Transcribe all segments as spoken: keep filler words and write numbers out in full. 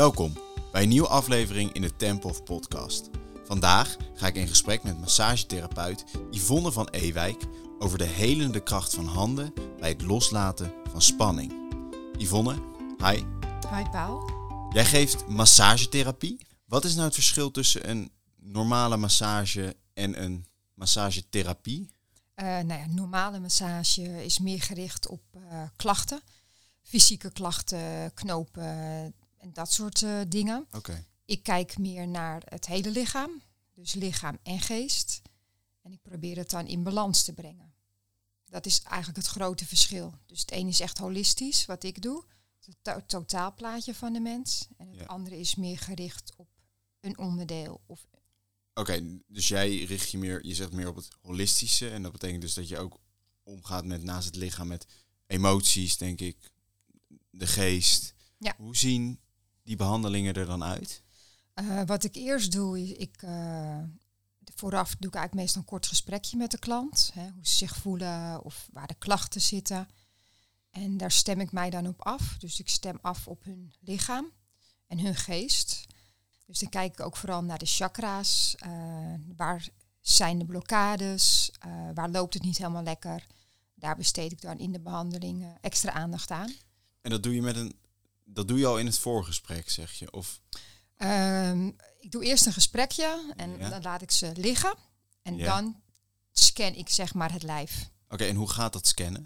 Welkom bij een nieuwe aflevering in de Tempo of Podcast. Vandaag ga ik in gesprek met massagetherapeut Yvonne van Ewijk over de helende kracht van handen bij het loslaten van spanning. Yvonne, hi. Hi Paul. Jij geeft massagetherapie. Wat is nou het verschil tussen een normale massage en een massagetherapie? Uh, nou ja, normale massage is meer gericht op uh, klachten. Fysieke klachten, knopen en dat soort uh, dingen. Okay. Ik kijk meer naar het hele lichaam. Dus lichaam en geest. En ik probeer het dan in balans te brengen. Dat is eigenlijk het grote verschil. Dus het ene is echt holistisch, wat ik doe. Het to- totaalplaatje van de mens. En het ja. andere is meer gericht op een onderdeel. Of Oké, okay, dus jij richt je meer, je zegt meer op het holistische. En dat betekent dus dat je ook omgaat met naast het lichaam met emoties, denk ik. De geest. Ja. Hoe zien die behandelingen er dan uit? Uh, wat ik eerst doe, is ik uh, vooraf doe ik eigenlijk meestal een kort gesprekje met de klant. Hè, hoe ze zich voelen of waar de klachten zitten. En daar stem ik mij dan op af. Dus ik stem af op hun lichaam en hun geest. Dus dan kijk ik ook vooral naar de chakra's. Uh, waar zijn de blokkades? Uh, waar loopt het niet helemaal lekker? Daar besteed ik dan in de behandeling uh, extra aandacht aan. En dat doe je met een, dat doe je al in het voorgesprek, zeg je? Of? Um, ik doe eerst een gesprekje en ja. dan laat ik ze liggen. En ja. dan scan ik zeg maar het lijf. Oké, okay, en hoe gaat dat scannen?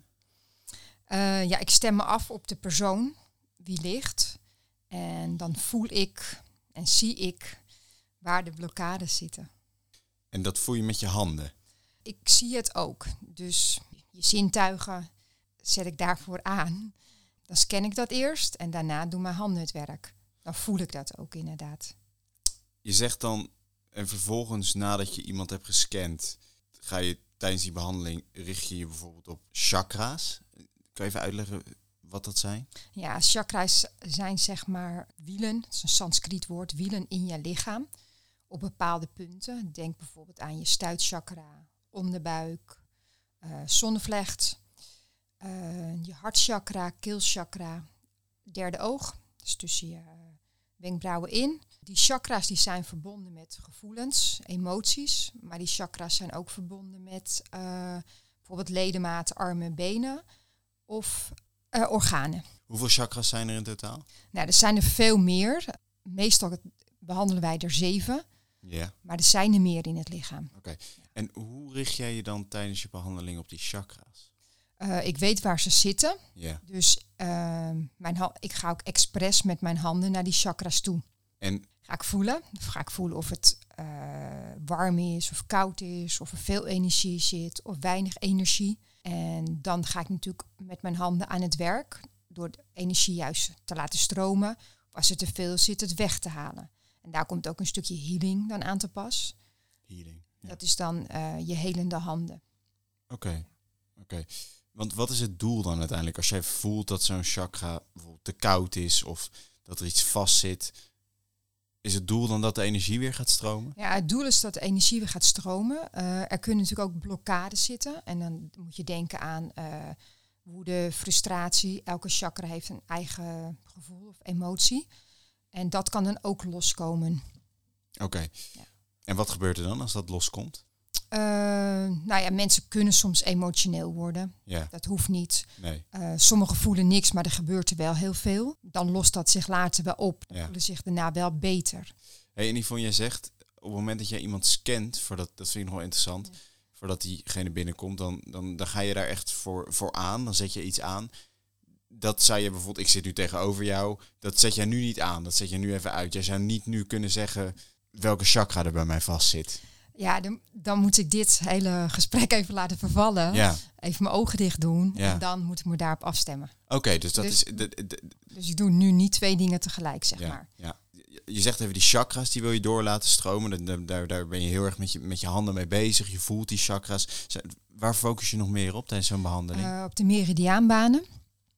Uh, ja, ik stem me af op de persoon wie ligt. En dan voel ik en zie ik waar de blokkades zitten. En dat voel je met je handen? Ik zie het ook. Dus je zintuigen zet ik daarvoor aan. Dan scan ik dat eerst en daarna doen mijn handen het werk. Dan voel ik dat ook inderdaad. Je zegt dan, en vervolgens nadat je iemand hebt gescand, ga je tijdens die behandeling, richt je je bijvoorbeeld op chakra's. Kan je even uitleggen wat dat zijn? Ja, chakra's zijn zeg maar wielen, het is een Sanskriet woord, wielen in je lichaam. Op bepaalde punten. Denk bijvoorbeeld aan je stuitchakra, onderbuik, uh, zonnevlecht, uh, je hartchakra, keelchakra, derde oog. Dus tussen je uh, wenkbrauwen in. Die chakra's die zijn verbonden met gevoelens, emoties. Maar die chakra's zijn ook verbonden met uh, bijvoorbeeld ledematen, armen, benen of uh, organen. Hoeveel chakras zijn er in totaal? Nou, er zijn er veel meer. Meestal behandelen wij er zeven. Ja. Maar er zijn er meer in het lichaam. Oké. Okay. En hoe richt jij je dan tijdens je behandeling op die chakra's? Uh, ik weet waar ze zitten. Ja. Dus uh, mijn ha- ik ga ook expres met mijn handen naar die chakras toe. En ga ik voelen? Of ga ik voelen of het uh, warm is of koud is, of er veel energie zit of weinig energie. En dan ga ik natuurlijk met mijn handen aan het werk door de energie juist te laten stromen. Of als er te veel zit, het weg te halen. En daar komt ook een stukje healing dan aan te pas. Healing. Ja. Dat is dan uh, je helende handen. Oké. Okay. Oké. Okay. Want wat is het doel dan uiteindelijk? Als jij voelt dat zo'n chakra bijvoorbeeld te koud is of dat er iets vast zit, is het doel dan dat de energie weer gaat stromen? Ja, het doel is dat de energie weer gaat stromen. Uh, er kunnen natuurlijk ook blokkades zitten. En dan moet je denken aan uh, woede, frustratie. Elke chakra heeft een eigen gevoel of emotie. En dat kan dan ook loskomen. Oké. Okay. Ja. En wat gebeurt er dan als dat loskomt? Uh, nou ja, mensen kunnen soms emotioneel worden. Ja. Dat hoeft niet. Nee. Uh, sommigen voelen niks, maar er gebeurt er wel heel veel. Dan lost dat zich later wel op. Dan ja. voelen zich daarna wel beter. Hey, en Yvonne, jij zegt, op het moment dat jij iemand scant, voor dat, dat vind ik nog wel interessant, ja. voordat diegene binnenkomt, dan, dan, dan ga je daar echt voor, voor aan. Dan zet je iets aan. Dat zou je bijvoorbeeld, ik zit nu tegenover jou, dat zet jij nu niet aan. Dat zet je nu even uit. Jij zou niet nu kunnen zeggen welke chakra er bij mij vast zit. Ja, dan, dan moet ik dit hele gesprek even laten vervallen. Ja. Even mijn ogen dicht doen. Ja. En dan moet ik me daarop afstemmen. Oké, okay, dus dat dus, is... De, de, de, dus ik doe nu niet twee dingen tegelijk, zeg ja, maar. Ja. Je zegt even die chakras, die wil je door laten stromen. Daar, daar ben je heel erg met je, met je handen mee bezig. Je voelt die chakras. Waar focus je nog meer op tijdens zo'n behandeling? Uh, op de meridiaanbanen.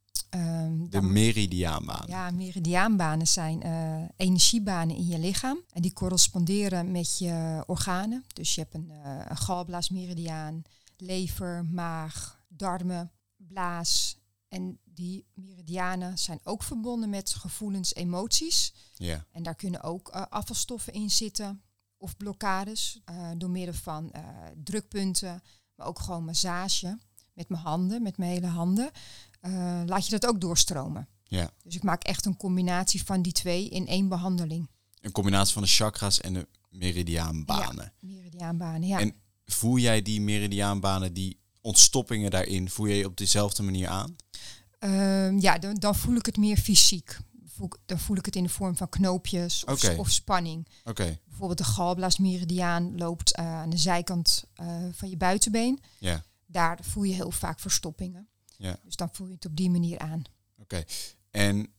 Um, de meridiaanbanen. Ja, meridiaanbanen zijn uh, energiebanen in je lichaam. En die corresponderen met je organen. Dus je hebt een, uh, een galblaasmeridiaan, lever, maag, darmen, blaas. En die meridianen zijn ook verbonden met gevoelens, emoties. Ja. En daar kunnen ook uh, afvalstoffen in zitten of blokkades. Uh, door middel van uh, drukpunten, maar ook gewoon massage. Met mijn handen, met mijn hele handen. Uh, laat je dat ook doorstromen. Ja. Dus ik maak echt een combinatie van die twee in één behandeling. Een combinatie van de chakras en de meridiaanbanen. Ja, meridiaanbanen, ja. En voel jij die meridiaanbanen, die ontstoppingen daarin, voel je je op dezelfde manier aan? Uh, ja, dan, dan voel ik het meer fysiek. Voel, dan voel ik het in de vorm van knoopjes of, okay. of spanning. Okay. Bijvoorbeeld de galblaasmeridiaan loopt uh, aan de zijkant uh, van je buitenbeen. Ja. Daar voel je heel vaak verstoppingen. Ja. Dus dan voel je het op die manier aan. Oké. Okay. En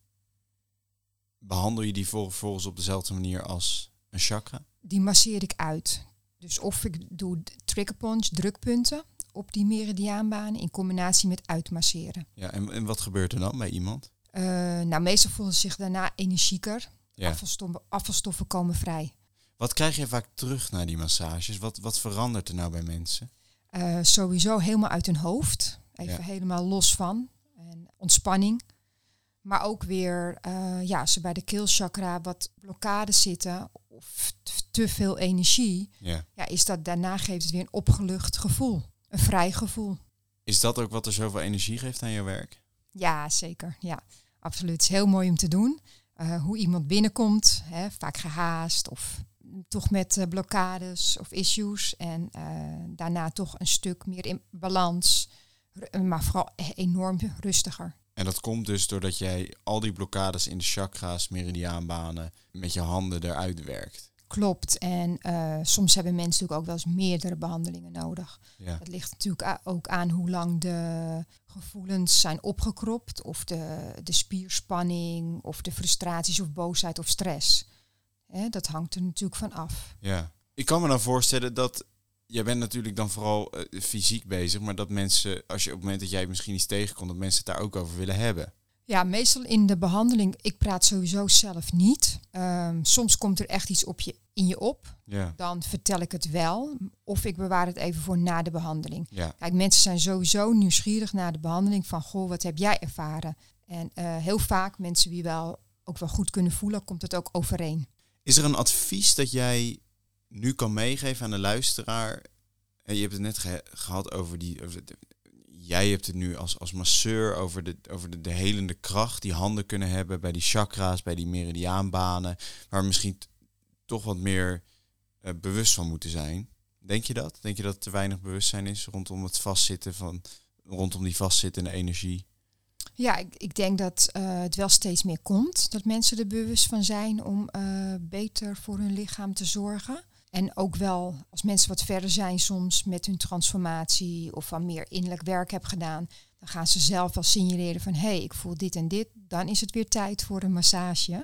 behandel je die vervolgens op dezelfde manier als een chakra? Die masseer ik uit. Dus of ik doe trigger points, drukpunten op die meridiaanbanen in combinatie met uitmasseren. Ja, en, en wat gebeurt er dan bij iemand? Uh, nou, meestal voelen ze zich daarna energieker. Ja. Afvalstoffen, afvalstoffen komen vrij. Wat krijg je vaak terug na die massages? Wat, wat verandert er nou bij mensen? Uh, sowieso helemaal uit hun hoofd. Even ja. helemaal los van. En ontspanning. Maar ook weer, uh, ja, als ze bij de keelchakra wat blokkades zitten of te veel energie, ja. Ja, is dat daarna geeft het weer een opgelucht gevoel. Een vrij gevoel. Is dat ook wat er zoveel energie geeft aan je werk? Ja, zeker. Ja, absoluut. Het is heel mooi om te doen. Uh, hoe iemand binnenkomt, hè, vaak gehaast of toch met uh, blokkades of issues. En uh, daarna toch een stuk meer in balans, maar vooral enorm rustiger. En dat komt dus doordat jij al die blokkades in de chakra's, meridiaanbanen, met je handen eruit werkt. Klopt. En uh, soms hebben mensen natuurlijk ook wel eens meerdere behandelingen nodig. Ja. Dat ligt natuurlijk a- ook aan hoe lang de gevoelens zijn opgekropt. Of de, de spierspanning, of de frustraties of boosheid of stress. Hè, dat hangt er natuurlijk van af. Ja. Ik kan me dan voorstellen dat, jij bent natuurlijk dan vooral uh, fysiek bezig, maar dat mensen, als je op het moment dat jij misschien iets tegenkomt, dat mensen het daar ook over willen hebben. Ja, meestal in de behandeling, ik praat sowieso zelf niet. Um, soms komt er echt iets op je, in je op. Ja. Dan vertel ik het wel. Of ik bewaar het even voor na de behandeling. Ja. Kijk, mensen zijn sowieso nieuwsgierig na de behandeling van, goh, wat heb jij ervaren? En uh, heel vaak, mensen die wel ook wel goed kunnen voelen, komt het ook overeen. Is er een advies dat jij nu kan meegeven aan de luisteraar? En je hebt het net ge- gehad over die... Over de, jij hebt het nu als, als masseur over, de, over de, de helende kracht die handen kunnen hebben bij die chakra's, bij die meridiaanbanen, waar we misschien t- toch wat meer uh, bewust van moeten zijn. Denk je dat? Denk je dat er te weinig bewustzijn is rondom het vastzitten van, rondom die vastzittende energie? Ja, ik, ik denk dat uh, het wel steeds meer komt. Dat mensen er bewust van zijn om uh, beter voor hun lichaam te zorgen. En ook wel als mensen wat verder zijn soms met hun transformatie of van meer innerlijk werk hebben gedaan, dan gaan ze zelf wel signaleren van hé, hey, ik voel dit en dit. Dan is het weer tijd voor een massage.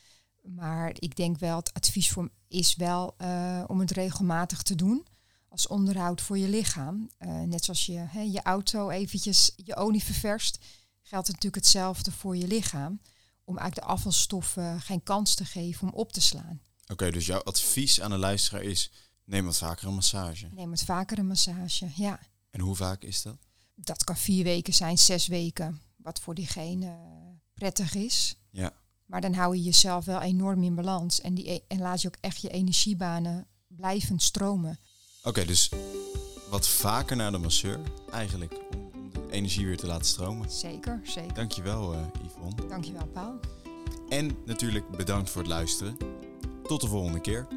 Maar ik denk wel, het advies voor is wel uh, om het regelmatig te doen als onderhoud voor je lichaam. Uh, net zoals je hè, je auto eventjes je olie ververst, geldt het natuurlijk hetzelfde voor je lichaam. Om eigenlijk de afvalstoffen geen kans te geven om op te slaan. Oké, okay, dus jouw advies aan de luisteraar is, neem wat vaker een massage. Neem wat vaker een massage, ja. En hoe vaak is dat? Dat kan vier weken zijn, zes weken. Wat voor diegene prettig is. Ja. Maar dan hou je jezelf wel enorm in balans. En, die, en laat je ook echt je energiebanen blijvend stromen. Oké, okay, dus wat vaker naar de masseur eigenlijk. Om, om de energie weer te laten stromen. Zeker, zeker. Dankjewel uh, Yvonne. Dankjewel Paul. En natuurlijk bedankt voor het luisteren. Tot de volgende keer.